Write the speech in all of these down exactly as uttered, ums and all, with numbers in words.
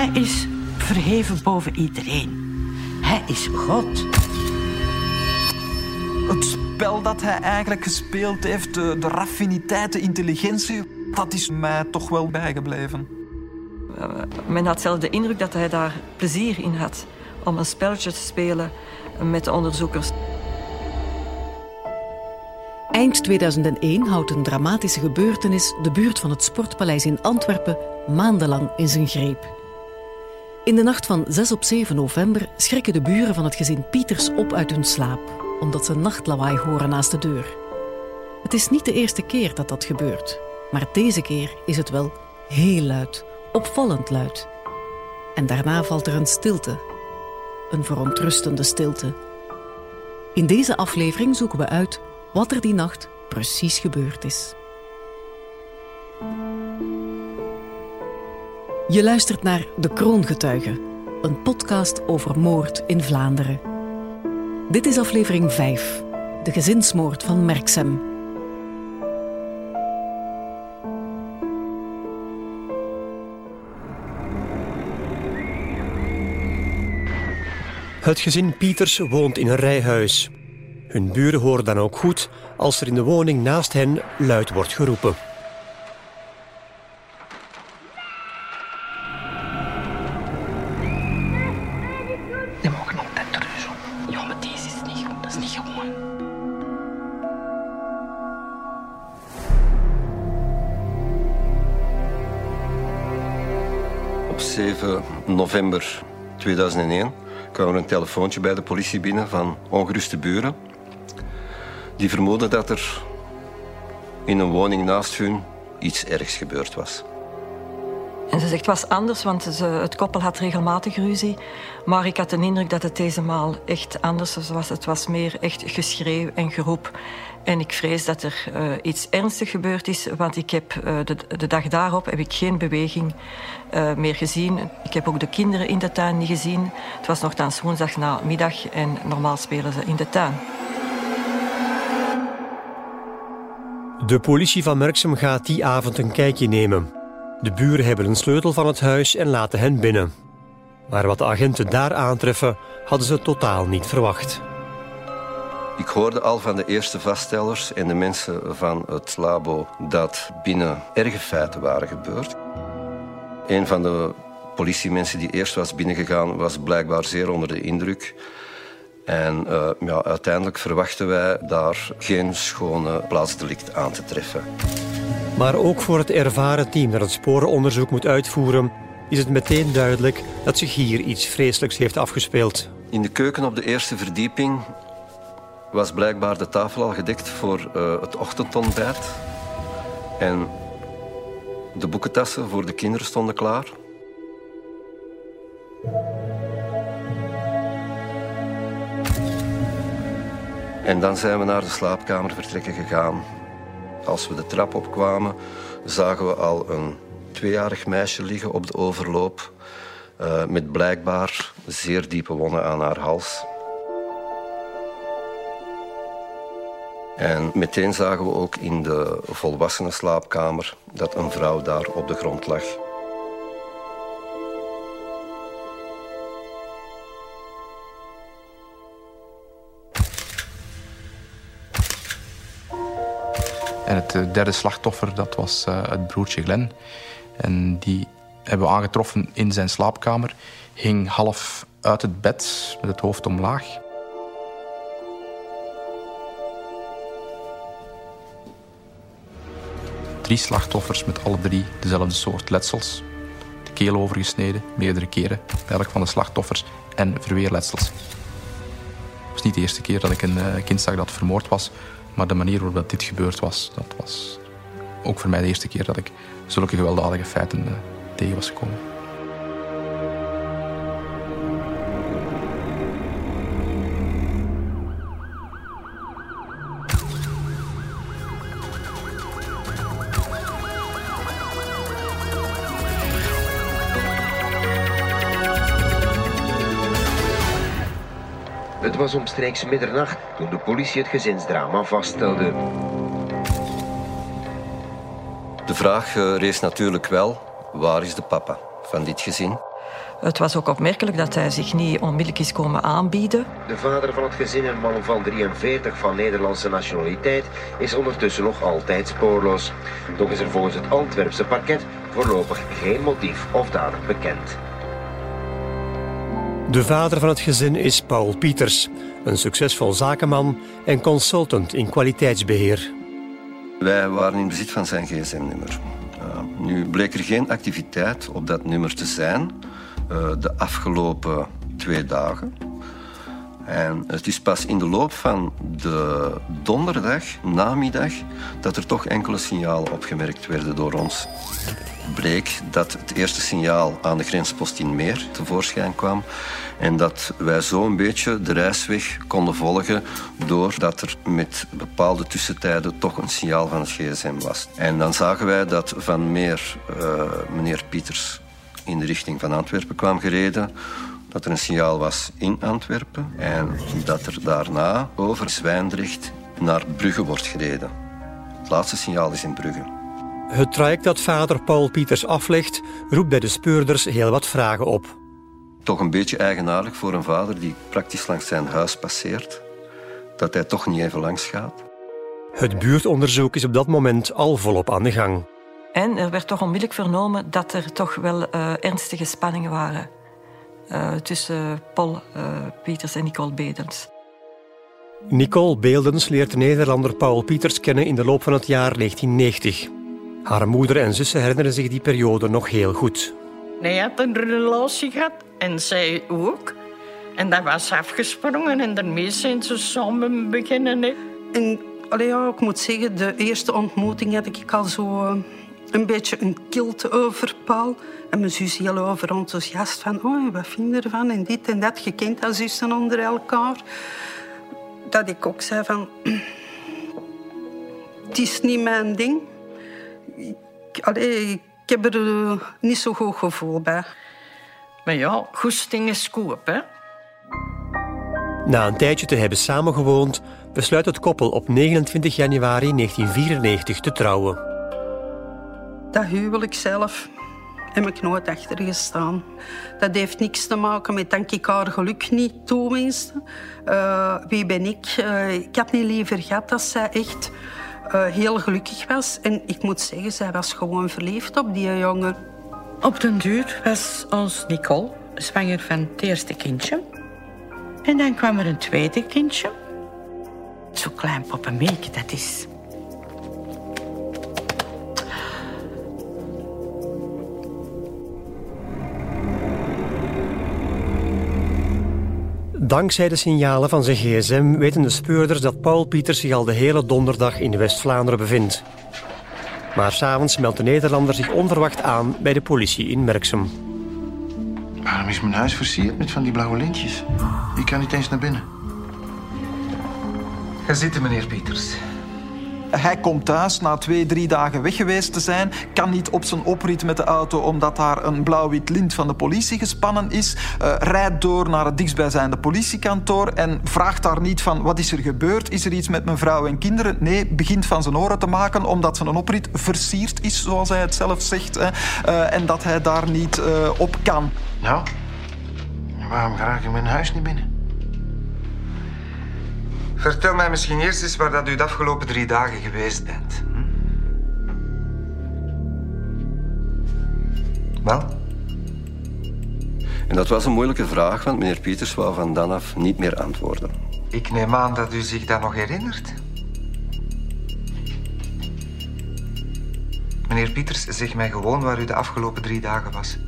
Hij is verheven boven iedereen. Hij is God. Het spel dat hij eigenlijk gespeeld heeft, de, de raffiniteit, de intelligentie, dat is mij toch wel bijgebleven. Men had zelf de indruk dat hij daar plezier in had om een spelletje te spelen met de onderzoekers. Eind tweeduizend één houdt een dramatische gebeurtenis de buurt van het Sportpaleis in Antwerpen maandenlang in zijn greep. In de nacht van zes op zeven november schrikken de buren van het gezin Pieters op uit hun slaap, omdat ze nachtlawaai horen naast de deur. Het is niet de eerste keer dat dat gebeurt, maar deze keer is het wel heel luid, opvallend luid. En daarna valt er een stilte, een verontrustende stilte. In deze aflevering zoeken we uit wat er die nacht precies gebeurd is. Je luistert naar De Kroongetuigen, een podcast over moord in Vlaanderen. Dit is aflevering vijf, de gezinsmoord van Merksem. Het gezin Pieters woont in een rijhuis. Hun buren horen dan ook goed als er in de woning naast hen luid wordt geroepen. Die mogen altijd terug zo. Ja, maar deze is niet goed. Dat is niet gewoon. Op zeven november tweeduizend één kwam er een telefoontje bij de politie binnen van ongeruste buren. Die vermoeden dat er in een woning naast hun iets ergs gebeurd was. En ze zegt, het was anders, want ze, het koppel had regelmatig ruzie. Maar ik had de indruk dat het deze maal echt anders was. Het was meer echt geschreeuw en geroep. En ik vrees dat er uh, iets ernstig gebeurd is, want ik heb, uh, de, de dag daarop heb ik geen beweging uh, meer gezien. Ik heb ook de kinderen in de tuin niet gezien. Het was nogthans woensdag namiddag en normaal spelen ze in de tuin. De politie van Merksem gaat die avond een kijkje nemen. De buren hebben een sleutel van het huis en laten hen binnen. Maar wat de agenten daar aantreffen, hadden ze totaal niet verwacht. Ik hoorde al van de eerste vaststellers en de mensen van het labo dat binnen erge feiten waren gebeurd. Een van de politiemensen die eerst was binnengegaan was blijkbaar zeer onder de indruk. En uh, ja, uiteindelijk verwachten wij daar geen schone plaatsdelict aan te treffen. Maar ook voor het ervaren team dat het sporenonderzoek moet uitvoeren, is het meteen duidelijk dat zich hier iets vreselijks heeft afgespeeld. In de keuken op de eerste verdieping was blijkbaar de tafel al gedekt voor uh, het ochtendontbijt. En de boekentassen voor de kinderen stonden klaar. En dan zijn we naar de slaapkamer vertrekken gegaan. Als we de trap opkwamen, zagen we al een tweejarig meisje liggen op de overloop, uh, met blijkbaar zeer diepe wonden aan haar hals. En meteen zagen we ook in de volwassenen slaapkamer dat een vrouw daar op de grond lag. En het derde slachtoffer, dat was uh, het broertje Glenn. En die hebben we aangetroffen in zijn slaapkamer. Hing half uit het bed met het hoofd omlaag. Drie slachtoffers met alle drie dezelfde soort letsels. De keel overgesneden, meerdere keren, elk van de slachtoffers, en verweerletsels. Het was niet de eerste keer dat ik een uh, kind zag dat vermoord was. Maar de manier waarop dit gebeurd was, dat was ook voor mij de eerste keer dat ik zulke gewelddadige feiten uh, tegen was gekomen. Het was omstreeks middernacht toen de politie het gezinsdrama vaststelde. De vraag uh, rees natuurlijk wel, waar is de papa van dit gezin? Het was ook opmerkelijk dat hij zich niet onmiddellijk is komen aanbieden. De vader van het gezin, een man van drieënveertig van Nederlandse nationaliteit, is ondertussen nog altijd spoorloos. Toch is er volgens het Antwerpse parket voorlopig geen motief of dader bekend. De vader van het gezin is Paul Pieters, een succesvol zakenman en consultant in kwaliteitsbeheer. Wij waren in bezit van zijn gsm-nummer. Uh, nu bleek er geen activiteit op dat nummer te zijn uh, de afgelopen twee dagen. En het is pas in de loop van de donderdag, namiddag, dat er toch enkele signalen opgemerkt werden door ons. Bleek dat het eerste signaal aan de grenspost in Meer tevoorschijn kwam en dat wij zo een beetje de reisweg konden volgen doordat er met bepaalde tussentijden toch een signaal van het gsm was. En dan zagen wij dat van Meer uh, meneer Pieters in de richting van Antwerpen kwam gereden, dat er een signaal was in Antwerpen en dat er daarna over Zwijndrecht naar Brugge wordt gereden. Het laatste signaal is in Brugge. Het traject dat vader Paul Pieters aflegt, roept bij de speurders heel wat vragen op. Toch een beetje eigenaardig voor een vader die praktisch langs zijn huis passeert, dat hij toch niet even langs gaat. Het buurtonderzoek is op dat moment al volop aan de gang. En er werd toch onmiddellijk vernomen dat er toch wel uh, ernstige spanningen waren uh, tussen Paul uh, Pieters en Nicole Bedens. Nicole Beeldens leert de Nederlander Paul Pieters kennen in de loop van het jaar negentien negentig. Haar moeder en zussen herinneren zich die periode nog heel goed. Hij had een relatie gehad en zij ook. En dat was afgesprongen en daarmee zijn ze samen beginnen. Hè. En allee, ja, ik moet zeggen, de eerste ontmoeting had ik al zo uh, een beetje een kilte over Paul. En mijn zus heel over enthousiast van, oh, wat vind je ervan? En dit en dat, je kent dat zussen onder elkaar. Dat ik ook zei van, het is niet mijn ding. Ik, allee, ik heb er uh, niet zo goed gevoel bij. Maar ja, goesting is koop, hè. Na een tijdje te hebben samengewoond, besluit het koppel op negenentwintig januari negentien vierennegentig te trouwen. Dat huwelijk zelf heb ik nooit achter gestaan. Dat heeft niks te maken met dat ik haar geluk niet toewenste. Uh, wie ben ik? Uh, ik had niet liever gehad dat zij echt uh, heel gelukkig was. En ik moet zeggen, zij was gewoon verliefd op die jongen. Op den duur was ons Nicole zwanger van het eerste kindje. En dan kwam er een tweede kindje. Zo'n klein poppenmeek, dat is. Dankzij de signalen van zijn gsm weten de speurders dat Paul Pieters zich al de hele donderdag in West-Vlaanderen bevindt. Maar 's avonds meldt de Nederlander zich onverwacht aan bij de politie in Merksem. Waarom is mijn huis versierd met van die blauwe lintjes? Ik kan niet eens naar binnen. Ga zitten, meneer Pieters. Hij komt thuis na twee, drie dagen weg geweest te zijn, kan niet op zijn oprit met de auto omdat daar een blauw-wit lint van de politie gespannen is, uh, rijdt door naar het dichtstbijzijnde politiekantoor en vraagt daar niet van wat is er gebeurd, is er iets met mijn vrouw en kinderen? Nee, begint van zijn oren te maken omdat zijn oprit versierd is, zoals hij het zelf zegt, hè, uh, en dat hij daar niet uh, op kan. Nou, waarom raak ik mijn huis niet binnen? Vertel mij misschien eerst eens waar dat u de afgelopen drie dagen geweest bent. Hm? Wel? En dat was een moeilijke vraag, want meneer Pieters wou van dan af niet meer antwoorden. Ik neem aan dat u zich dat nog herinnert. Meneer Pieters, zeg mij gewoon waar u de afgelopen drie dagen was.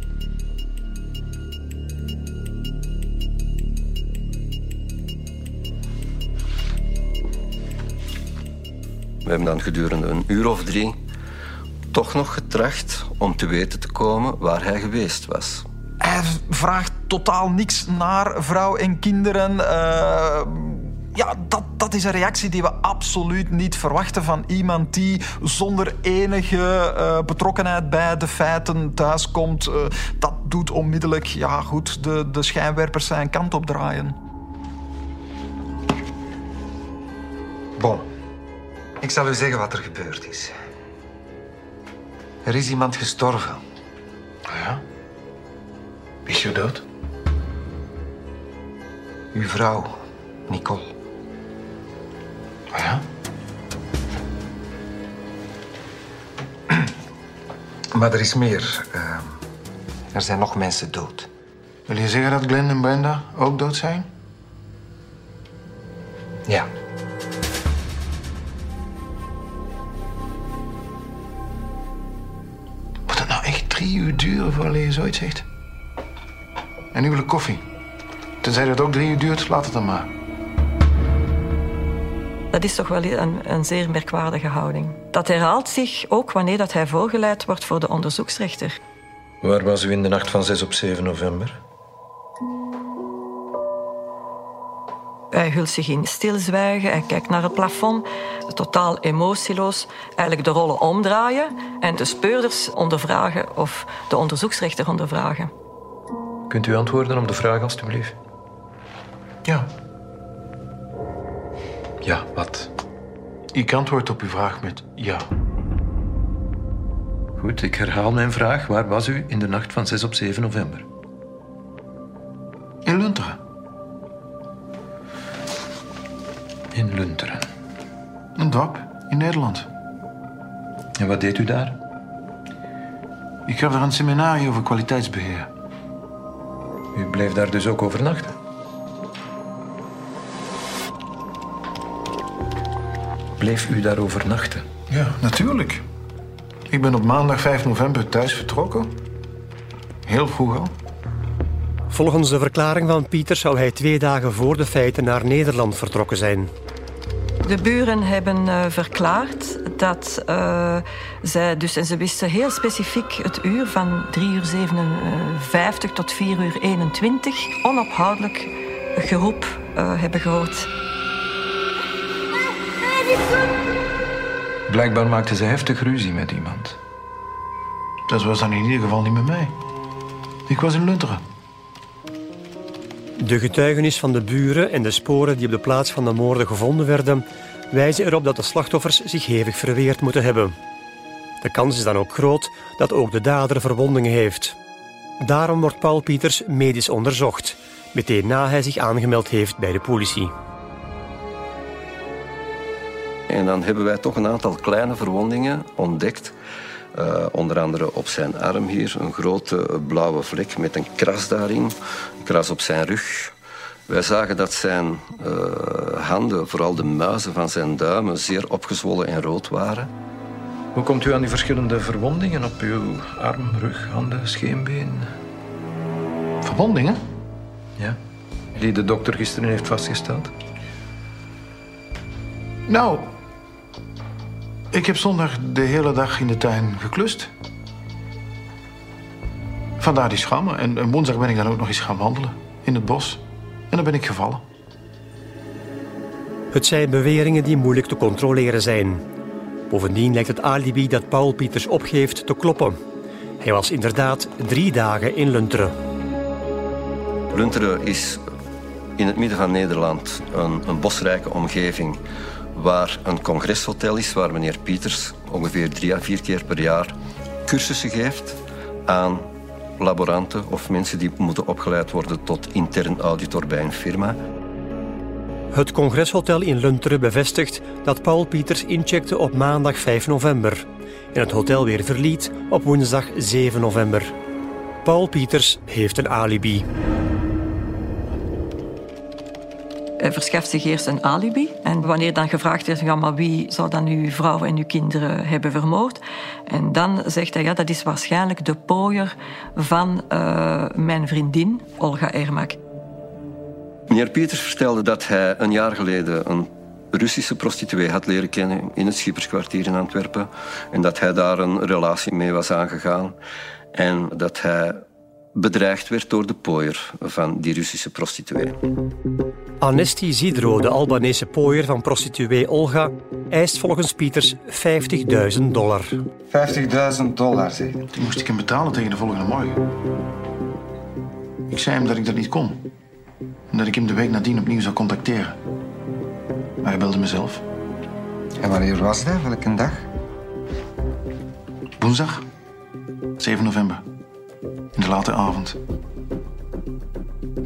We hebben dan gedurende een uur of drie toch nog getracht om te weten te komen waar hij geweest was. Hij vraagt totaal niks naar vrouw en kinderen. Uh, ja, dat, dat is een reactie die we absoluut niet verwachten van iemand die zonder enige uh, betrokkenheid bij de feiten thuiskomt. Uh, dat doet onmiddellijk, ja goed, de, de schijnwerpers zijn kant op draaien. Bon. Ik zal u zeggen wat er gebeurd is. Er is iemand gestorven. Ja? Wie is je dood? Uw vrouw, Nicole. Oh ja? Maar er is meer. Uh, er zijn nog mensen dood. Wil je zeggen dat Glenn en Brenda ook dood zijn? Ja. Moet het nou echt drie uur duren voordat je zoiets zegt? En nu wil ik koffie. Tenzij dat ook drie uur duurt, laat het dan maar. Dat is toch wel een, een zeer merkwaardige houding. Dat herhaalt zich ook wanneer dat hij voorgeleid wordt voor de onderzoeksrechter. Waar was u in de nacht van zes op zeven november? Hij hult zich in stilzwijgen, hij kijkt naar het plafond, totaal emotieloos, eigenlijk de rollen omdraaien en de speurders ondervragen of de onderzoeksrechter ondervragen. Kunt u antwoorden op de vraag, alstublieft? Ja. Ja, wat? Ik antwoord op uw vraag met ja. Goed, ik herhaal mijn vraag. Waar was u in de nacht van zes op zeven november? In Lunteren. In Lunteren. Een dorp in Nederland. En wat deed u daar? Ik gaf daar een seminarie over kwaliteitsbeheer. U bleef daar dus ook overnachten? Bleef u daar overnachten? Ja, natuurlijk. Ik ben op maandag vijf november thuis vertrokken. Heel vroeg al. Volgens de verklaring van Pieters zou hij twee dagen voor de feiten naar Nederland vertrokken zijn. De buren hebben uh, verklaard dat uh, zij, dus, en ze wisten heel specifiek het uur van drie uur zevenenvijftig tot vier uur eenentwintig, onophoudelijk geroep uh, hebben gehoord. Blijkbaar maakte ze heftig ruzie met iemand. Dat was dan in ieder geval niet met mij. Ik was in Lunteren. De getuigenis van de buren en de sporen die op de plaats van de moorden gevonden werden, wijzen erop dat de slachtoffers zich hevig verweerd moeten hebben. De kans is dan ook groot dat ook de dader verwondingen heeft. Daarom wordt Paul Pieters medisch onderzocht, meteen na hij zich aangemeld heeft bij de politie. En dan hebben wij toch een aantal kleine verwondingen ontdekt. Uh, onder andere op zijn arm hier, een grote blauwe vlek met een kras daarin. Een kras op zijn rug. Wij zagen dat zijn uh, handen, vooral de muizen van zijn duimen, zeer opgezwollen en rood waren. Hoe komt u aan die verschillende verwondingen op uw arm, rug, handen, scheenbeen? Verwondingen? Ja. Die de dokter gisteren heeft vastgesteld? Nou, ik heb zondag de hele dag in de tuin geklust. Vandaar die schrammen. En, en woensdag ben ik dan ook nog eens gaan wandelen in het bos. En dan ben ik gevallen. Het zijn beweringen die moeilijk te controleren zijn. Bovendien lijkt het alibi dat Paul Pieters opgeeft te kloppen. Hij was inderdaad drie dagen in Lunteren. Lunteren is in het midden van Nederland een, een bosrijke omgeving waar een congreshotel is, waar meneer Pieters ongeveer drie à vier keer per jaar cursussen geeft aan laboranten of mensen die moeten opgeleid worden tot intern auditor bij een firma. Het congreshotel in Lunteren bevestigt dat Paul Pieters incheckte op maandag vijf november en het hotel weer verliet op woensdag zeven november. Paul Pieters heeft een alibi. Hij verschaft zich eerst een alibi. En wanneer dan gevraagd werd, ja, maar wie zou dan uw vrouw en uw kinderen hebben vermoord? En dan zegt hij, ja, dat is waarschijnlijk de pooier van uh, mijn vriendin, Olga Ermak. Meneer Pieters vertelde dat hij een jaar geleden een Russische prostituee had leren kennen in het Schipperskwartier in Antwerpen. En dat hij daar een relatie mee was aangegaan. En dat hij bedreigd werd door de pooier van die Russische prostituee. Anesti Zidro, de Albanese pooier van prostituee Olga, eist volgens Pieters vijftigduizend dollar. vijftigduizend dollar, zeg. Die moest ik hem betalen tegen de volgende morgen. Ik zei hem dat ik dat niet kon. En dat ik hem de week nadien opnieuw zou contacteren. Maar hij belde mezelf. En wanneer was dat? Welke dag? Woensdag, zeven november. In de late avond.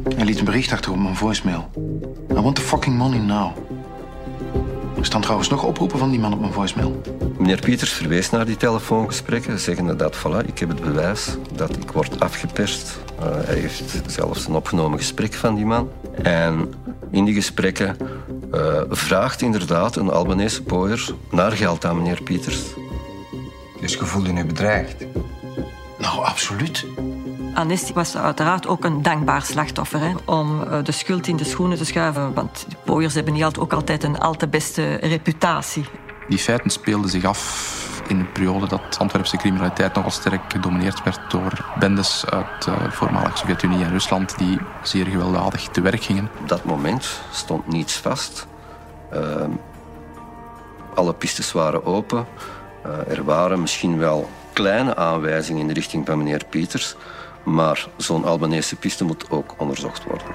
Hij liet een bericht achter op mijn voicemail. I want the fucking money now. Er staan trouwens nog oproepen van die man op mijn voicemail. Meneer Pieters verwees naar die telefoongesprekken, zeggende dat, voilà, ik heb het bewijs dat ik word afgeperst. Uh, hij heeft zelfs een opgenomen gesprek van die man. En in die gesprekken uh, vraagt inderdaad een Albanese pooier naar geld aan meneer Pieters. Dus je voelde je bedreigd? Nou, absoluut. Anesti was uiteraard ook een dankbaar slachtoffer, hè, om de schuld in de schoenen te schuiven. Want de pooiers hebben niet altijd, ook altijd een al te beste reputatie. Die feiten speelden zich af in een periode dat Antwerpse criminaliteit nogal sterk gedomineerd werd door bendes uit de voormalige Sovjet-Unie en Rusland die zeer gewelddadig te werk gingen. Op dat moment stond niets vast. Uh, alle pistes waren open. Uh, er waren misschien wel kleine aanwijzingen in de richting van meneer Pieters, maar zo'n Albanese piste moet ook onderzocht worden.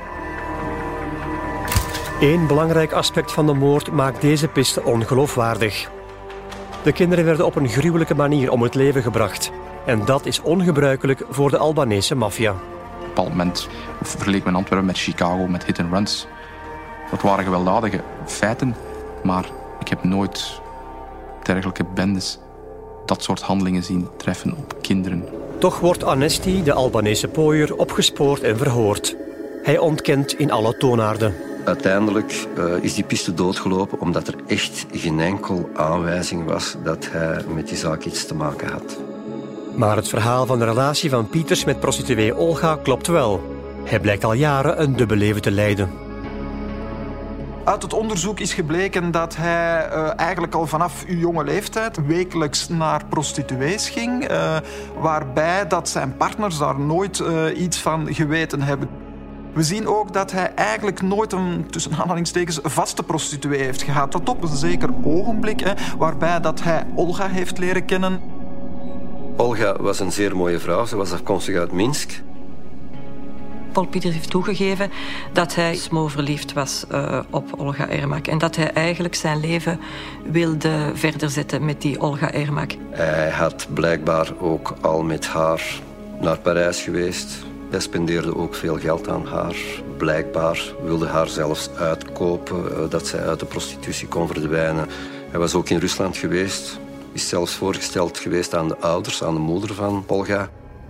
Eén belangrijk aspect van de moord maakt deze piste ongeloofwaardig. De kinderen werden op een gruwelijke manier om het leven gebracht. En dat is ongebruikelijk voor de Albanese maffia. Op een bepaald moment verleek men Antwerpen met Chicago, met hit-and-runs. Dat waren gewelddadige feiten, maar ik heb nooit dergelijke bendes dat soort handelingen zien treffen op kinderen. Toch wordt Anesti, de Albanese pooier, opgespoord en verhoord. Hij ontkent in alle toonaarden. Uiteindelijk uh, is die piste doodgelopen omdat er echt geen enkel aanwijzing was dat hij met die zaak iets te maken had. Maar het verhaal van de relatie van Pieters met prostituee Olga klopt wel. Hij blijkt al jaren een dubbel leven te leiden. Uit het onderzoek is gebleken dat hij uh, eigenlijk al vanaf uw jonge leeftijd wekelijks naar prostituees ging, uh, waarbij dat zijn partners daar nooit uh, iets van geweten hebben. We zien ook dat hij eigenlijk nooit een, tussen aanhalingstekens, vaste prostituee heeft gehad. Dat op een zeker ogenblik, hè, waarbij dat hij Olga heeft leren kennen. Olga was een zeer mooie vrouw. Ze was afkomstig uit Minsk. Paul Pieters heeft toegegeven dat hij smoorverliefd was uh, op Olga Ermak. En dat hij eigenlijk zijn leven wilde verder zetten met die Olga Ermak. Hij had blijkbaar ook al met haar naar Parijs geweest. Hij spendeerde ook veel geld aan haar. Blijkbaar wilde haar zelfs uitkopen, dat zij uit de prostitutie kon verdwijnen. Hij was ook in Rusland geweest. Is zelfs voorgesteld geweest aan de ouders, aan de moeder van Olga.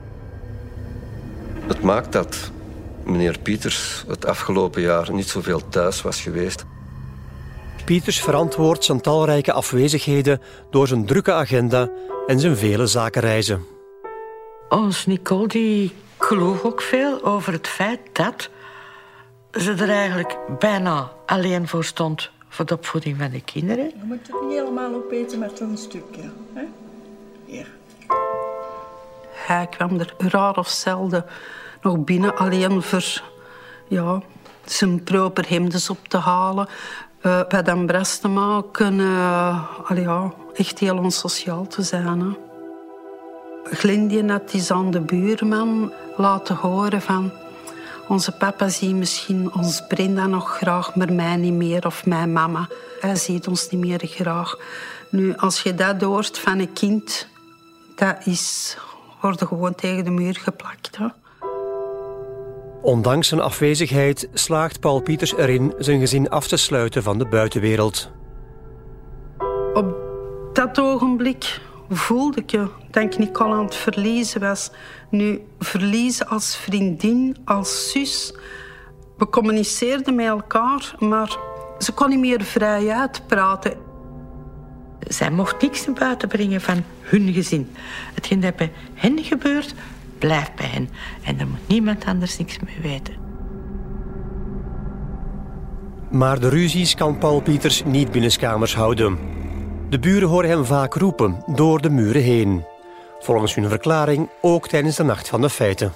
Het maakt dat meneer Pieters het afgelopen jaar niet zoveel thuis was geweest. Pieters verantwoordt zijn talrijke afwezigheden door zijn drukke agenda en zijn vele zakenreizen. Ons Nicole die kloog ook veel over het feit dat ze er eigenlijk bijna alleen voor stond voor de opvoeding van de kinderen. Je moet het niet helemaal opeten, maar toch een stukje. Hè? Hier. Hij kwam er raar of zelden nog binnen, alleen voor ja, zijn proper hemdes op te halen, uh, bij de bres te maken. Uh, allee, ja, echt heel onsociaal te zijn. Hè. Glindje had eens aan de buurman laten horen van... Onze papa ziet misschien ons Brenda nog graag, maar mij niet meer, of mijn mama. Hij ziet ons niet meer graag. Nu, als je dat hoort van een kind, dat is... wordt gewoon tegen de muur geplakt. Hè. Ondanks zijn afwezigheid slaagt Paul Pieters erin zijn gezin af te sluiten van de buitenwereld. Op dat ogenblik voelde ik dat ik Nicole aan het verliezen was. Nu, verliezen als vriendin, als zus. We communiceerden met elkaar, maar ze kon niet meer vrij uitpraten. Zij mocht niks naar buiten brengen van hun gezin. Hetgeen dat bij hen gebeurt, blijft bij hen. En daar moet niemand anders niks mee weten. Maar de ruzies kan Paul Pieters niet binnenskamers houden. De buren horen hem vaak roepen, door de muren heen. Volgens hun verklaring ook tijdens de nacht van de feiten.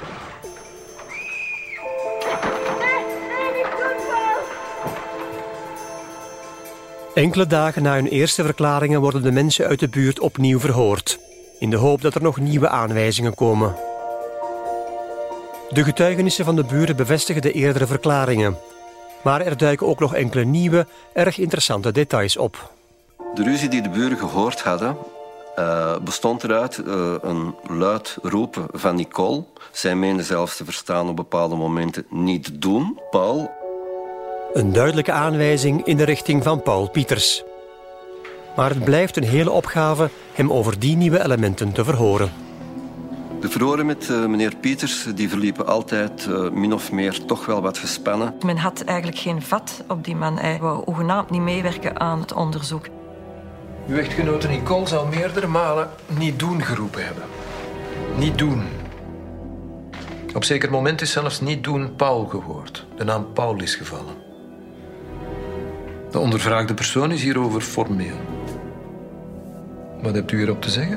Enkele dagen na hun eerste verklaringen worden de mensen uit de buurt opnieuw verhoord, in de hoop dat er nog nieuwe aanwijzingen komen. De getuigenissen van de buren bevestigen de eerdere verklaringen, maar er duiken ook nog enkele nieuwe, erg interessante details op. De ruzie die de buren gehoord hadden, uh, bestond eruit uh, een luid roepen van Nicole. Zij meende zelfs te verstaan op bepaalde momenten niet doen. Paul. Een duidelijke aanwijzing in de richting van Paul Pieters. Maar het blijft een hele opgave hem over die nieuwe elementen te verhoren. De verhoren met uh, meneer Pieters die verliepen altijd uh, min of meer toch wel wat gespannen. Men had eigenlijk geen vat op die man. Hij wou hoegenaamd niet meewerken aan het onderzoek. Uw echtgenote Nicole zou meerdere malen niet doen geroepen hebben. Niet doen. Op zeker moment is zelfs niet doen Paul gehoord. De naam Paul is gevallen. De ondervraagde persoon is hierover formeel. Wat hebt u hierop te zeggen?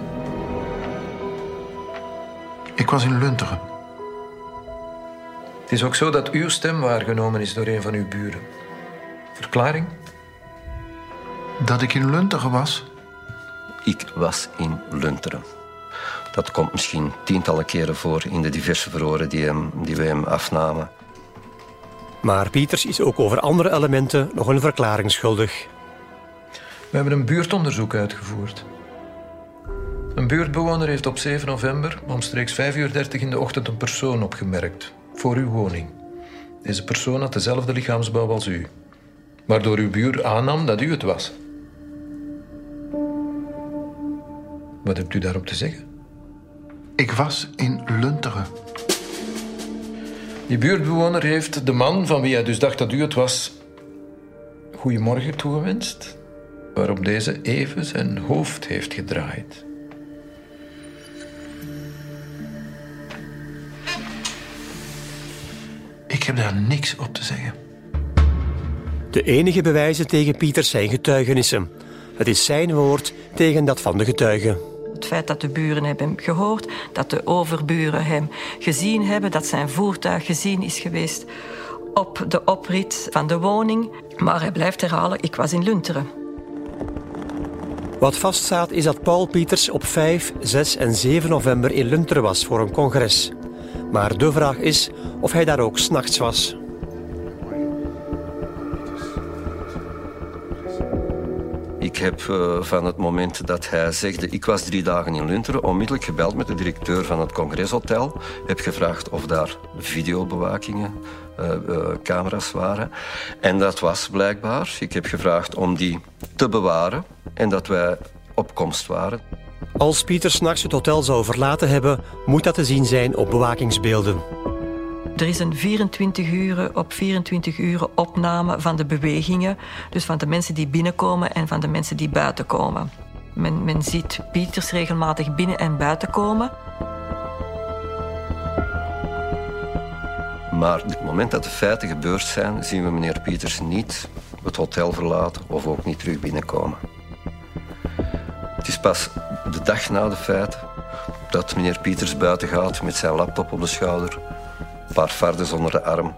Ik was in Lunteren. Het is ook zo dat uw stem waargenomen is door een van uw buren. Verklaring? Dat ik in Lunteren was? Ik was in Lunteren. Dat komt misschien tientallen keren voor in de diverse verhoren die, hem, die we hem afnamen. Maar Pieters is ook over andere elementen nog een verklaring schuldig. We hebben een buurtonderzoek uitgevoerd. Een buurtbewoner heeft op zeven november omstreeks vijf uur dertig in de ochtend een persoon opgemerkt voor uw woning. Deze persoon had dezelfde lichaamsbouw als u, waardoor uw buur aannam dat u het was. Wat hebt u daarop te zeggen? Ik was in Lunteren. Die buurtbewoner heeft de man van wie hij dus dacht dat u het was goedemorgen toegewenst, waarop deze even zijn hoofd heeft gedraaid. Ik heb daar niks op te zeggen. De enige bewijzen tegen Pieters zijn getuigenissen. Het is zijn woord tegen dat van de getuigen. Het feit dat de buren hebben hem gehoord, dat de overburen hem gezien hebben, dat zijn voertuig gezien is geweest op de oprit van de woning. Maar hij blijft herhalen, ik was in Lunteren. Wat vaststaat is dat Paul Pieters op vijf, zes en zeven november in Lunteren was voor een congres. Maar de vraag is of hij daar ook 's nachts was. Ik heb uh, van het moment dat hij zegde ik was drie dagen in Lunteren onmiddellijk gebeld met de directeur van het Congreshotel. Heb gevraagd of daar videobewakingen, uh, uh, camera's waren. En dat was blijkbaar. Ik heb gevraagd om die te bewaren en dat wij op komst waren. Als Pieters 's nachts het hotel zou verlaten hebben, moet dat te zien zijn op bewakingsbeelden. Er is een vierentwintig uren op vierentwintig uren opname van de bewegingen. Dus van de mensen die binnenkomen en van de mensen die buiten komen. Men, men ziet Pieters regelmatig binnen en buiten komen. Maar op het moment dat de feiten gebeurd zijn, zien we meneer Pieters niet het hotel verlaten of ook niet terug binnenkomen. Het is pas de dag na de feiten dat meneer Pieters buiten gaat met zijn laptop op de schouder. Een paar fardes onder de arm.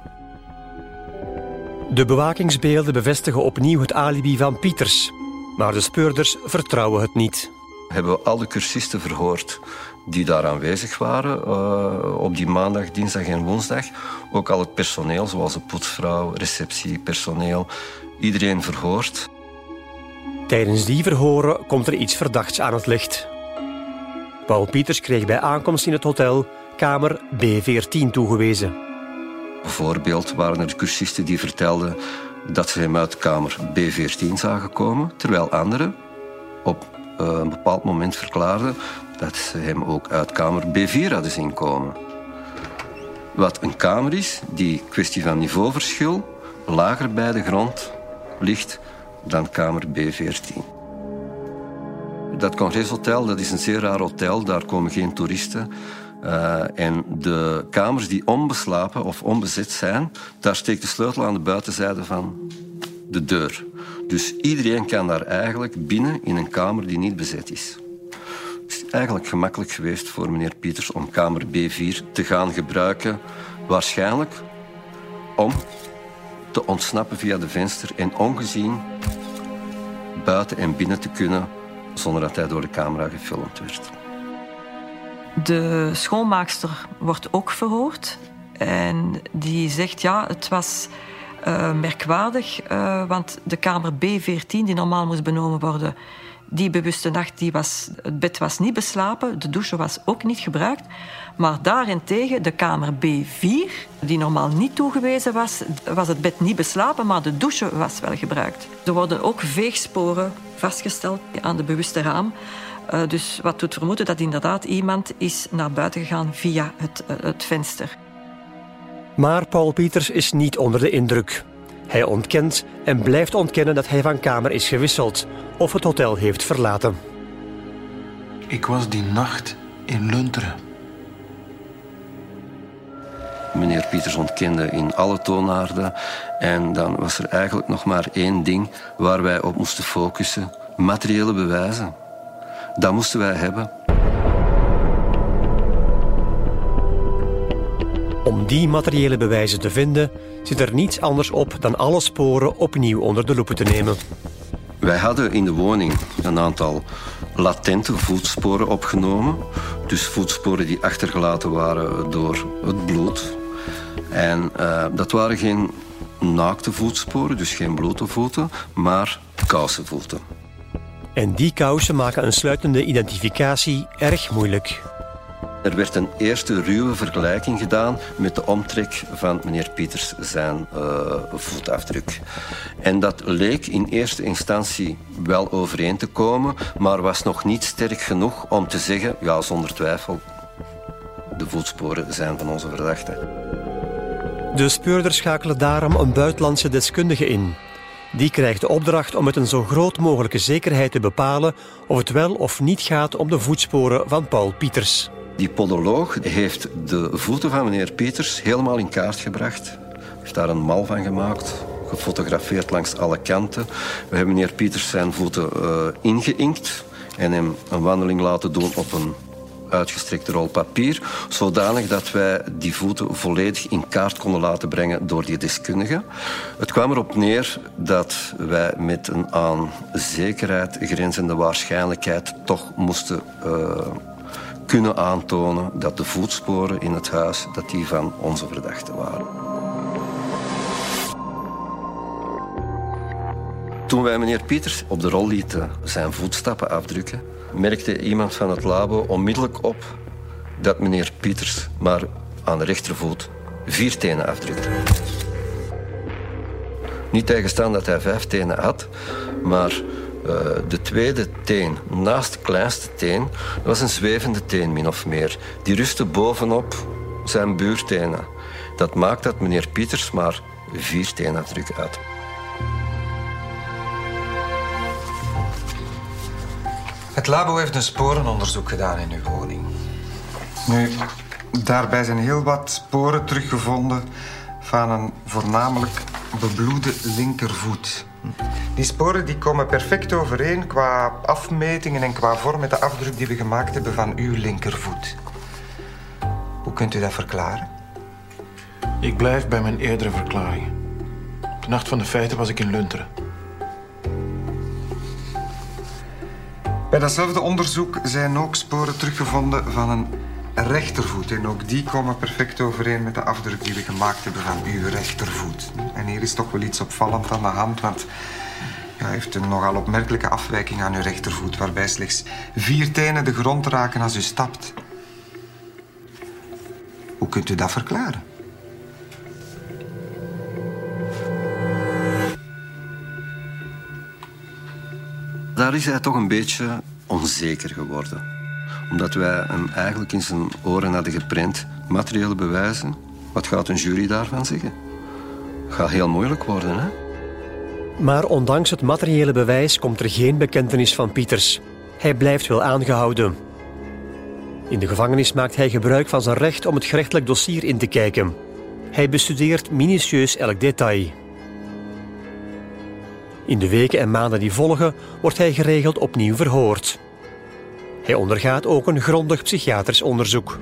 De bewakingsbeelden bevestigen opnieuw het alibi van Pieters. Maar de speurders vertrouwen het niet. Hebben we al de cursisten verhoord die daar aanwezig waren uh, op die maandag, dinsdag en woensdag. Ook al het personeel, zoals de poetsvrouw, receptiepersoneel. Iedereen verhoord. Tijdens die verhoren komt er iets verdachts aan het licht. Paul Pieters kreeg bij aankomst in het hotel kamer B veertien toegewezen. Bijvoorbeeld waren er cursisten die vertelden dat ze hem uit kamer B veertien zagen komen, terwijl anderen op uh, een bepaald moment verklaarden dat ze hem ook uit kamer B vier hadden zien komen. Wat een kamer is die, kwestie van niveauverschil, lager bij de grond ligt dan kamer B veertien. Dat Congreshotel, dat is een zeer raar hotel, daar komen geen toeristen. Uh, en de kamers die onbeslapen of onbezet zijn, daar steekt de sleutel aan de buitenzijde van de deur. Dus iedereen kan daar eigenlijk binnen in een kamer die niet bezet is. Het is eigenlijk gemakkelijk geweest voor meneer Pieters om kamer B vier te gaan gebruiken, waarschijnlijk om te ontsnappen via de venster en ongezien buiten en binnen te kunnen zonder dat hij door de camera gefilmd werd. De schoonmaakster wordt ook verhoord. En die zegt, ja, het was uh, merkwaardig, uh, want de kamer B veertien, die normaal moest benomen worden, die bewuste nacht, die was, het bed was niet beslapen, de douche was ook niet gebruikt. Maar daarentegen de kamer B vier, die normaal niet toegewezen was, was het bed niet beslapen, maar de douche was wel gebruikt. Er worden ook veegsporen vastgesteld aan de bewuste raam. Uh, dus wat doet vermoeden dat inderdaad iemand is naar buiten gegaan via het, uh, het venster. Maar Paul Pieters is niet onder de indruk. Hij ontkent en blijft ontkennen dat hij van kamer is gewisseld of het hotel heeft verlaten. Ik was die nacht in Lunteren. Meneer Pieters ontkende in alle toonaarden. En dan was er eigenlijk nog maar één ding waar wij op moesten focussen. Materiële bewijzen. Dat moesten wij hebben. Om die materiële bewijzen te vinden, zit er niets anders op dan alle sporen opnieuw onder de loep te nemen. Wij hadden in de woning een aantal latente voetsporen opgenomen. Dus voetsporen die achtergelaten waren door het bloed. En uh, dat waren geen naakte voetsporen, dus geen blote voeten, maar kousenvoeten. En die kousen maken een sluitende identificatie erg moeilijk. Er werd een eerste ruwe vergelijking gedaan met de omtrek van meneer Pieters zijn uh, voetafdruk. En dat leek in eerste instantie wel overeen te komen, maar was nog niet sterk genoeg om te zeggen, ja, zonder twijfel, de voetsporen zijn van onze verdachte. De speurders schakelen daarom een buitenlandse deskundige in. Die krijgt de opdracht om met een zo groot mogelijke zekerheid te bepalen of het wel of niet gaat om de voetsporen van Paul Pieters. Die podoloog heeft de voeten van meneer Pieters helemaal in kaart gebracht. Heeft daar een mal van gemaakt, gefotografeerd langs alle kanten. We hebben meneer Pieters zijn voeten uh, ingeinkt en hem een wandeling laten doen op een uitgestrekte rol papier, zodanig dat wij die voeten volledig in kaart konden laten brengen door die deskundige. Het kwam erop neer dat wij met een aan zekerheid grenzende waarschijnlijkheid toch moesten uh, kunnen aantonen dat de voetsporen in het huis dat die van onze verdachte waren. Toen wij meneer Pieters op de rol lieten zijn voetstappen afdrukken, merkte iemand van het labo onmiddellijk op dat meneer Pieters maar aan de rechtervoet vier tenen afdrukte. Niet tegenstaan dat hij vijf tenen had, maar uh, de tweede teen naast de kleinste teen was een zwevende teen, min of meer. Die rustte bovenop zijn buurtenen. Dat maakt dat meneer Pieters maar vier teenafdrukken had. Het labo heeft een sporenonderzoek gedaan in uw woning. Nu, daarbij zijn heel wat sporen teruggevonden van een voornamelijk bebloede linkervoet. Die sporen die komen perfect overeen qua afmetingen en qua vorm met de afdruk die we gemaakt hebben van uw linkervoet. Hoe kunt u dat verklaren? Ik blijf bij mijn eerdere verklaring. Op de nacht van de feiten was ik in Lunteren. Bij datzelfde onderzoek zijn ook sporen teruggevonden van een rechtervoet. En ook die komen perfect overeen met de afdruk die we gemaakt hebben van uw rechtervoet. En hier is toch wel iets opvallend aan de hand, want ja, u heeft een nogal opmerkelijke afwijking aan uw rechtervoet, waarbij slechts vier tenen de grond raken als u stapt. Hoe kunt u dat verklaren? Daar is hij toch een beetje onzeker geworden. Omdat wij hem eigenlijk in zijn oren hadden geprent. Materiële bewijzen, wat gaat een jury daarvan zeggen? Gaat heel moeilijk worden, hè? Maar ondanks het materiële bewijs komt er geen bekentenis van Pieters. Hij blijft wel aangehouden. In de gevangenis maakt hij gebruik van zijn recht om het gerechtelijk dossier in te kijken. Hij bestudeert minutieus elk detail. In de weken en maanden die volgen wordt hij geregeld opnieuw verhoord. Hij ondergaat ook een grondig psychiatrisch onderzoek.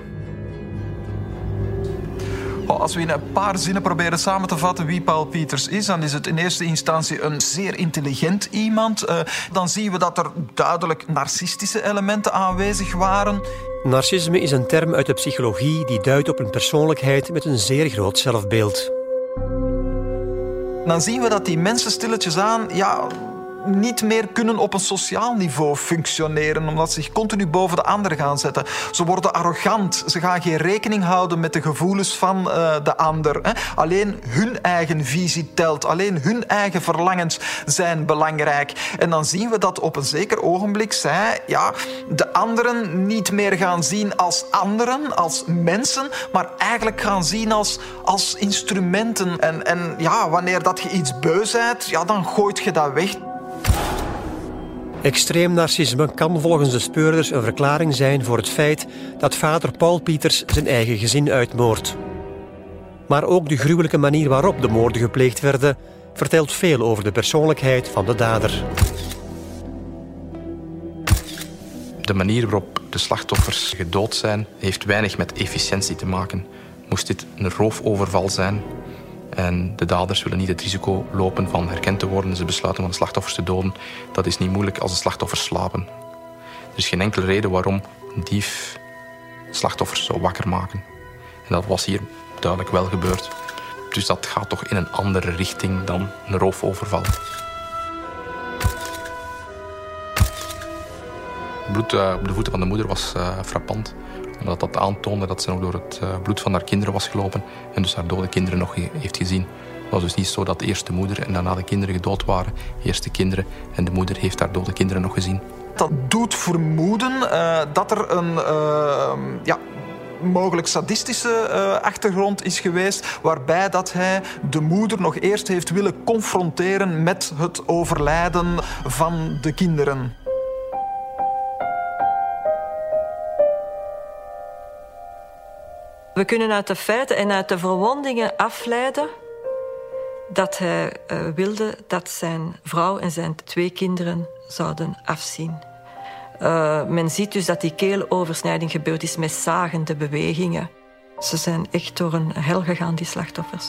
Als we in een paar zinnen proberen samen te vatten wie Paul Pieters is, dan is het in eerste instantie een zeer intelligent iemand. Uh, dan zien we dat er duidelijk narcistische elementen aanwezig waren. Narcisme is een term uit de psychologie die duidt op een persoonlijkheid met een zeer groot zelfbeeld. Dan zien we dat die mensen stilletjes aan... Ja, niet meer kunnen op een sociaal niveau functioneren, omdat ze zich continu boven de ander gaan zetten. Ze worden arrogant. Ze gaan geen rekening houden met de gevoelens van uh, de ander. Hè. Alleen hun eigen visie telt. Alleen hun eigen verlangens zijn belangrijk. En dan zien we dat op een zeker ogenblik zij ja, de anderen niet meer gaan zien als anderen, als mensen, maar eigenlijk gaan zien als, als instrumenten. En, en ja, wanneer dat je iets beu bent, ja, dan gooit je dat weg. Extreem narcisme kan volgens de speurders een verklaring zijn voor het feit dat vader Paul Pieters zijn eigen gezin uitmoordt. Maar ook de gruwelijke manier waarop de moorden gepleegd werden vertelt veel over de persoonlijkheid van de dader. De manier waarop de slachtoffers gedood zijn heeft weinig met efficiëntie te maken. Moest dit een roofoverval zijn en de daders willen niet het risico lopen van herkend te worden, ze besluiten van de slachtoffers te doden, dat is niet moeilijk als de slachtoffers slapen. Er is geen enkele reden waarom een dief slachtoffers zou wakker maken. En dat was hier duidelijk wel gebeurd. Dus dat gaat toch in een andere richting dan een roofoverval. Het bloed uh, op de voeten van de moeder was uh, frappant. Omdat dat aantoonde dat ze nog door het uh, bloed van haar kinderen was gelopen. En dus haar dode kinderen nog he- heeft gezien. Het was dus niet zo dat eerst de moeder en daarna de kinderen gedood waren. Eerst de kinderen en de moeder heeft haar dode kinderen nog gezien. Dat doet vermoeden uh, dat er een... Uh, ja, mogelijk sadistische uh, achtergrond is geweest, waarbij dat hij de moeder nog eerst heeft willen confronteren met het overlijden van de kinderen. We kunnen uit de feiten en uit de verwondingen afleiden dat hij uh, wilde dat zijn vrouw en zijn twee kinderen zouden afzien. Uh, men ziet dus dat die keeloversnijding gebeurd is met zagende bewegingen. Ze zijn echt door een hel gegaan, die slachtoffers.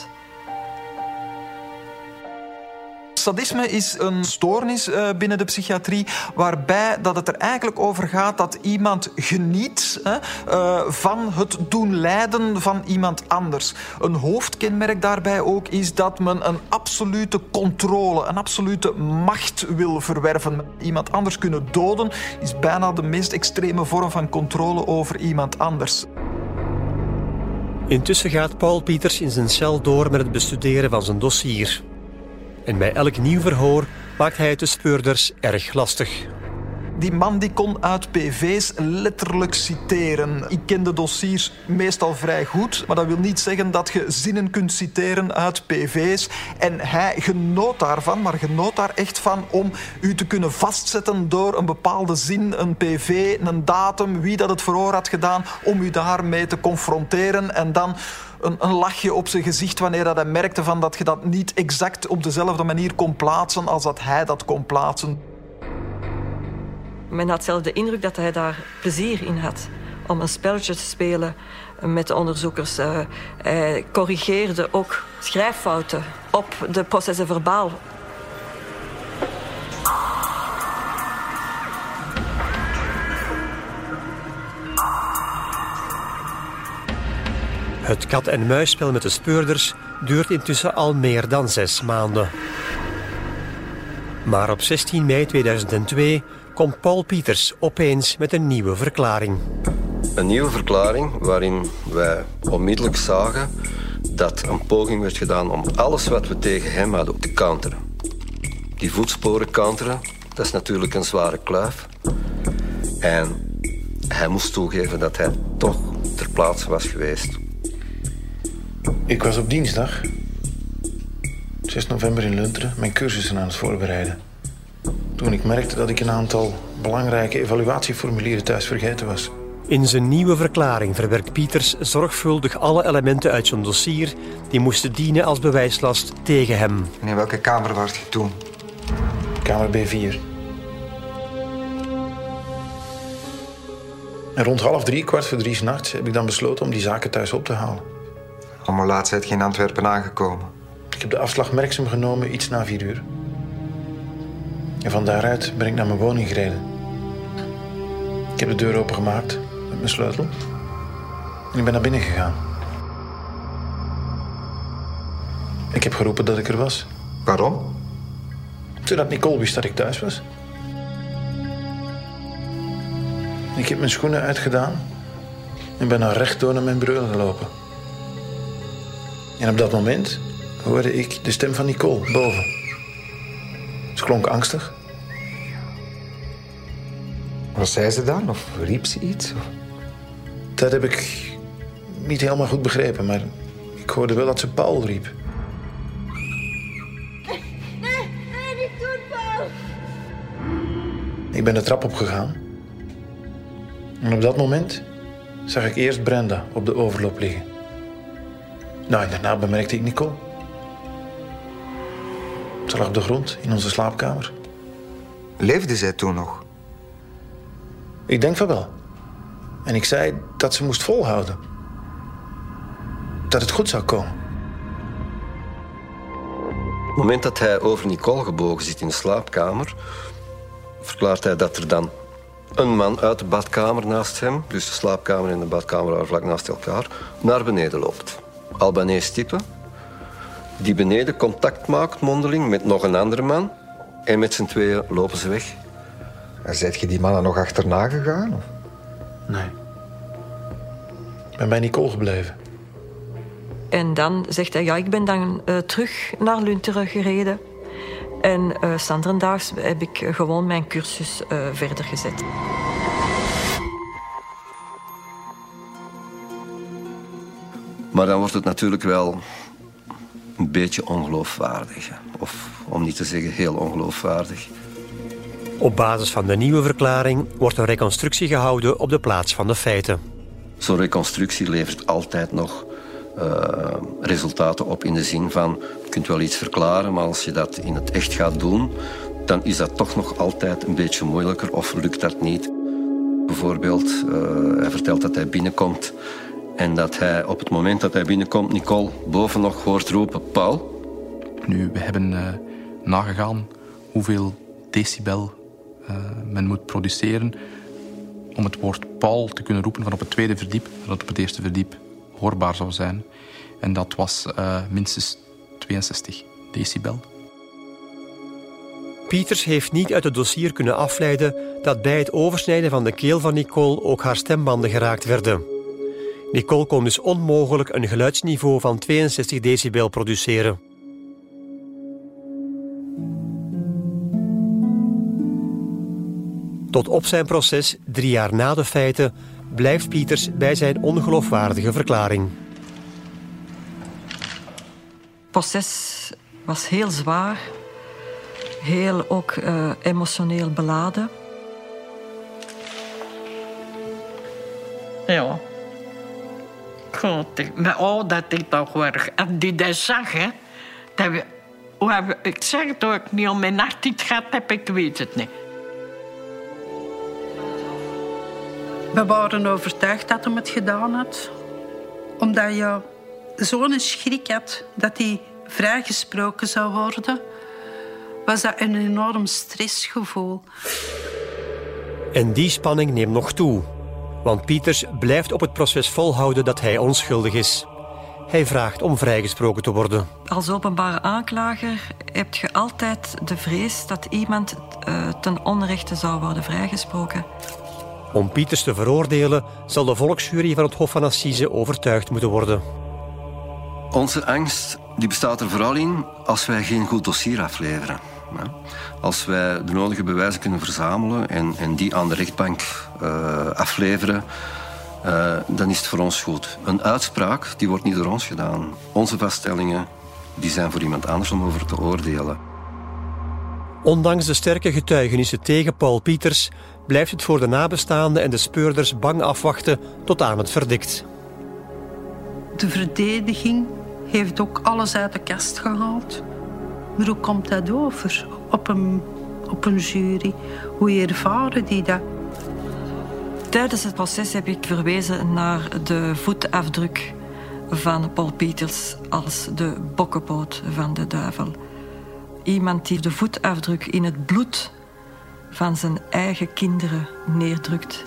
Sadisme is een stoornis uh, binnen de psychiatrie waarbij dat het er eigenlijk over gaat dat iemand geniet hè, uh, van het doen lijden van iemand anders. Een hoofdkenmerk daarbij ook is dat men een absolute controle, een absolute macht wil verwerven. Iemand anders kunnen doden is bijna de meest extreme vorm van controle over iemand anders. Intussen gaat Paul Pieters in zijn cel door met het bestuderen van zijn dossier. En bij elk nieuw verhoor maakt hij het de speurders erg lastig. Die man die kon uit P V's letterlijk citeren. Ik ken de dossiers meestal vrij goed, maar dat wil niet zeggen dat je zinnen kunt citeren uit P V's. En hij genoot daarvan, maar genoot daar echt van om u te kunnen vastzetten door een bepaalde zin, een P V, een datum, wie dat het verhoor had gedaan, om u daarmee te confronteren en dan Een, een lachje op zijn gezicht wanneer dat hij merkte van dat je dat niet exact op dezelfde manier kon plaatsen als dat hij dat kon plaatsen. Men had zelf de indruk dat hij daar plezier in had om een spelletje te spelen met de onderzoekers. Uh, hij corrigeerde ook schrijffouten op de procès-verbaal. Het kat-en-muisspel met de speurders duurt intussen al meer dan zes maanden. Maar op zestien mei tweeduizend twee komt Paul Pieters opeens met een nieuwe verklaring. Een nieuwe verklaring waarin wij onmiddellijk zagen dat een poging werd gedaan om alles wat we tegen hem hadden te counteren. Die voetsporen counteren, dat is natuurlijk een zware kluif. En hij moest toegeven dat hij toch ter plaatse was geweest. Ik was op dinsdag, zes november in Lunteren, mijn cursussen aan het voorbereiden. Toen ik merkte dat ik een aantal belangrijke evaluatieformulieren thuis vergeten was. In zijn nieuwe verklaring verwerkt Pieters zorgvuldig alle elementen uit zijn dossier die moesten dienen als bewijslast tegen hem. En in welke kamer was je toen? Kamer B vier. En rond half drie, kwart voor drie 's nachts, heb ik dan besloten om die zaken thuis op te halen. Om hoe laat zijt je in Antwerpen aangekomen? Ik heb de afslag Merksem genomen, iets na vier uur. En van daaruit ben ik naar mijn woning gereden. Ik heb de deur opengemaakt met mijn sleutel. En ik ben naar binnen gegaan. Ik heb geroepen dat ik er was. Waarom? Zodat Nicole wist dat ik thuis was. Ik heb mijn schoenen uitgedaan en ben dan rechtdoor naar mijn bureau gelopen. En op dat moment hoorde ik de stem van Nicole boven. Ze klonk angstig. Wat zei ze dan? Of riep ze iets? Of? Dat heb ik niet helemaal goed begrepen, maar ik hoorde wel dat ze Paul riep. Nee, nee, niet doen, Paul! Ik ben de trap opgegaan. En op dat moment zag ik eerst Brenda op de overloop liggen. Nou, en daarna bemerkte ik Nicole. Ze lag op de grond in onze slaapkamer. Leefde zij toen nog? Ik denk van wel. En ik zei dat ze moest volhouden. Dat het goed zou komen. Op het moment dat hij over Nicole gebogen zit in de slaapkamer, verklaart hij dat er dan een man uit de badkamer naast hem, dus de slaapkamer en de badkamer waren vlak naast elkaar, naar beneden loopt. Albanees type, die beneden contact maakt, mondeling, met nog een andere man. En met z'n tweeën lopen ze weg. En zijt je die mannen nog achterna gegaan? Of? Nee. Ik ben bij Nicole gebleven. En dan zegt hij, ja, ik ben dan uh, terug naar Lunteren gereden. En uh, Sanderendaags heb ik uh, gewoon mijn cursus uh, verder gezet. Maar dan wordt het natuurlijk wel een beetje ongeloofwaardig. Of om niet te zeggen heel ongeloofwaardig. Op basis van de nieuwe verklaring wordt een reconstructie gehouden op de plaats van de feiten. Zo'n reconstructie levert altijd nog uh, resultaten op in de zin van, je kunt wel iets verklaren, maar als je dat in het echt gaat doen, dan is dat toch nog altijd een beetje moeilijker of lukt dat niet. Bijvoorbeeld, uh, hij vertelt dat hij binnenkomt en dat hij op het moment dat hij binnenkomt Nicole boven nog hoort roepen, Paul. Nu, we hebben uh, nagegaan hoeveel decibel uh, men moet produceren om het woord Paul te kunnen roepen van op het tweede verdiep, dat het op het eerste verdiep hoorbaar zou zijn. En dat was uh, minstens tweeënzestig decibel. Pieters heeft niet uit het dossier kunnen afleiden dat bij het oversnijden van de keel van Nicole ook haar stembanden geraakt werden. Nicole kon dus onmogelijk een geluidsniveau van tweeënzestig decibel produceren. Tot op zijn proces, drie jaar na de feiten, blijft Pieters bij zijn ongeloofwaardige verklaring. Het proces was heel zwaar, heel ook uh, emotioneel beladen. Ja. God, maar oh, dat ik toch erg. En die dat zag, hè. Dat we, hoe heb, ik zeg het ook, ik niet om mijn nacht iets gehad heb, ik weet het niet. We waren overtuigd dat hij het gedaan had. Omdat je zo'n schrik had dat hij vrijgesproken zou worden, was dat een enorm stressgevoel. En die spanning neemt nog toe. Want Pieters blijft op het proces volhouden dat hij onschuldig is. Hij vraagt om vrijgesproken te worden. Als openbare aanklager heb je altijd de vrees dat iemand uh, ten onrechte zou worden vrijgesproken. Om Pieters te veroordelen zal de volksjury van het Hof van Assise overtuigd moeten worden. Onze angst die bestaat er vooral in als wij geen goed dossier afleveren. Als wij de nodige bewijzen kunnen verzamelen en, en die aan de rechtbank uh, afleveren, uh, dan is het voor ons goed. Een uitspraak die wordt niet door ons gedaan. Onze vaststellingen die zijn voor iemand anders om over te oordelen. Ondanks de sterke getuigenissen tegen Paul Pieters blijft het voor de nabestaanden en de speurders bang afwachten tot aan het verdict. De verdediging heeft ook alles uit de kast gehaald. Maar hoe komt dat over op een, op een jury? Hoe ervaren die dat? Tijdens het proces heb ik verwezen naar de voetafdruk van Paul Pieters als de bokkenpoot van de duivel. Iemand die de voetafdruk in het bloed van zijn eigen kinderen neerdrukt.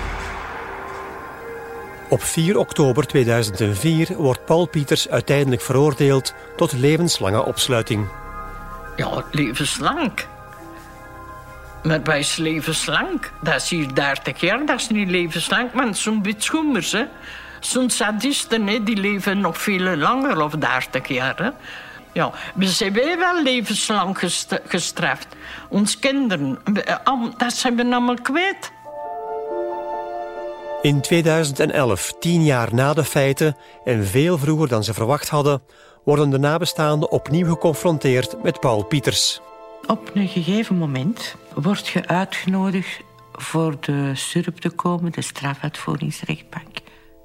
Op vier oktober tweeduizend vier wordt Paul Pieters uiteindelijk veroordeeld tot levenslange opsluiting. Ja, levenslang. Maar bij is levenslang. Dat is hier dertig jaar, dat is niet levenslang. Maar zo'n bitschoemers, hè. Zo'n sadisten, hè, die leven nog veel langer of dertig jaar, hè. Ja, we zijn wij wel levenslang gest- gestraft. Ons kinderen, dat zijn we allemaal kwijt. In tweeduizend elf, tien jaar na de feiten en veel vroeger dan ze verwacht hadden, worden de nabestaanden opnieuw geconfronteerd met Paul Pieters. Op een gegeven moment word je uitgenodigd voor de S U R B te komen, de strafuitvoeringsrechtbank.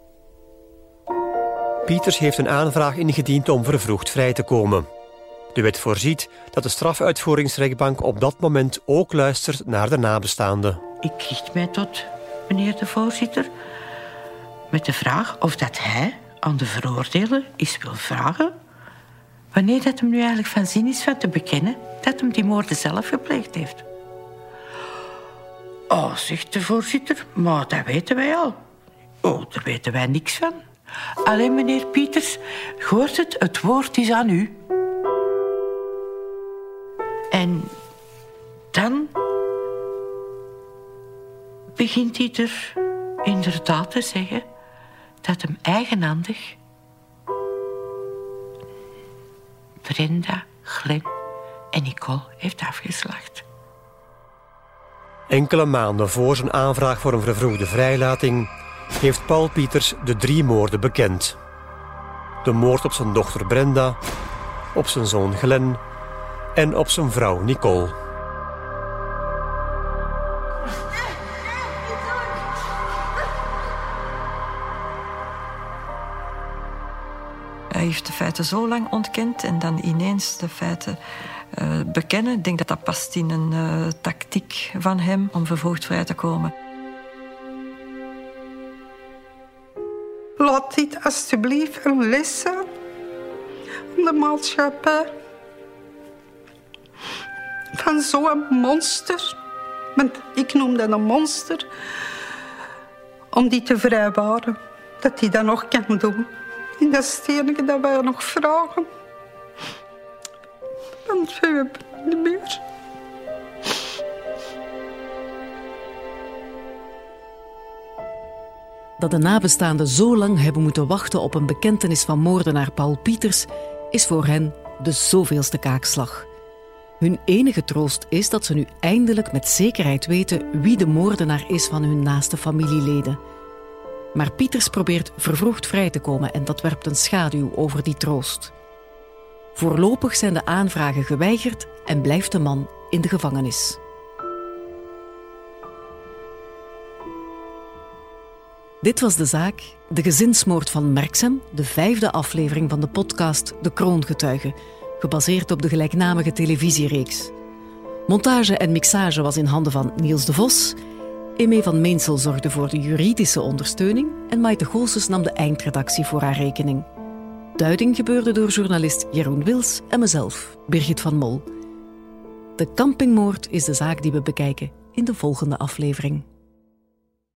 Pieters heeft een aanvraag ingediend om vervroegd vrij te komen. De wet voorziet dat de strafuitvoeringsrechtbank op dat moment ook luistert naar de nabestaanden. Ik richt mij tot meneer de voorzitter met de vraag of dat hij aan de veroordeelde eens wil vragen wanneer dat hem nu eigenlijk van zin is van te bekennen dat hem die moorden zelf gepleegd heeft. Oh, zegt de voorzitter, maar dat weten wij al. Oh, daar weten wij niks van. Alleen meneer Pieters, hoort het, het woord is aan u. En dan begint hij er inderdaad te zeggen dat hem eigenhandig Brenda, Glenn en Nicole heeft afgeslacht. Enkele maanden voor zijn aanvraag voor een vervroegde vrijlating heeft Paul Pieters de drie moorden bekend. De moord op zijn dochter Brenda, op zijn zoon Glenn en op zijn vrouw Nicole. Hij heeft de feiten zo lang ontkend en dan ineens de feiten uh, bekennen. Ik denk dat dat past in een uh, tactiek van hem om vervroegd vrij te komen. Laat dit alsjeblieft een les zijn aan de maatschappij. Van zo'n monster, want ik noem dat een monster, om die te vrijwaren. Dat hij dat nog kan doen. En dat is het enige dat wij nog vragen. Want we hebben het niet meer. Dat de nabestaanden zo lang hebben moeten wachten op een bekentenis van moordenaar Paul Pieters is voor hen de zoveelste kaakslag. Hun enige troost is dat ze nu eindelijk met zekerheid weten wie de moordenaar is van hun naaste familieleden. Maar Pieters probeert vervroegd vrij te komen en dat werpt een schaduw over die troost. Voorlopig zijn de aanvragen geweigerd en blijft de man in de gevangenis. Dit was de zaak, de gezinsmoord van Merksem, de vijfde aflevering van de podcast De Kroongetuige, gebaseerd op de gelijknamige televisiereeks. Montage en mixage was in handen van Niels de Vos. Aimé van Meensel zorgde voor de juridische ondersteuning en Maite Goossens nam de eindredactie voor haar rekening. Duiding gebeurde door journalist Jeroen Wils en mezelf, Birgit van Mol. De Campingmoord is de zaak die we bekijken in de volgende aflevering.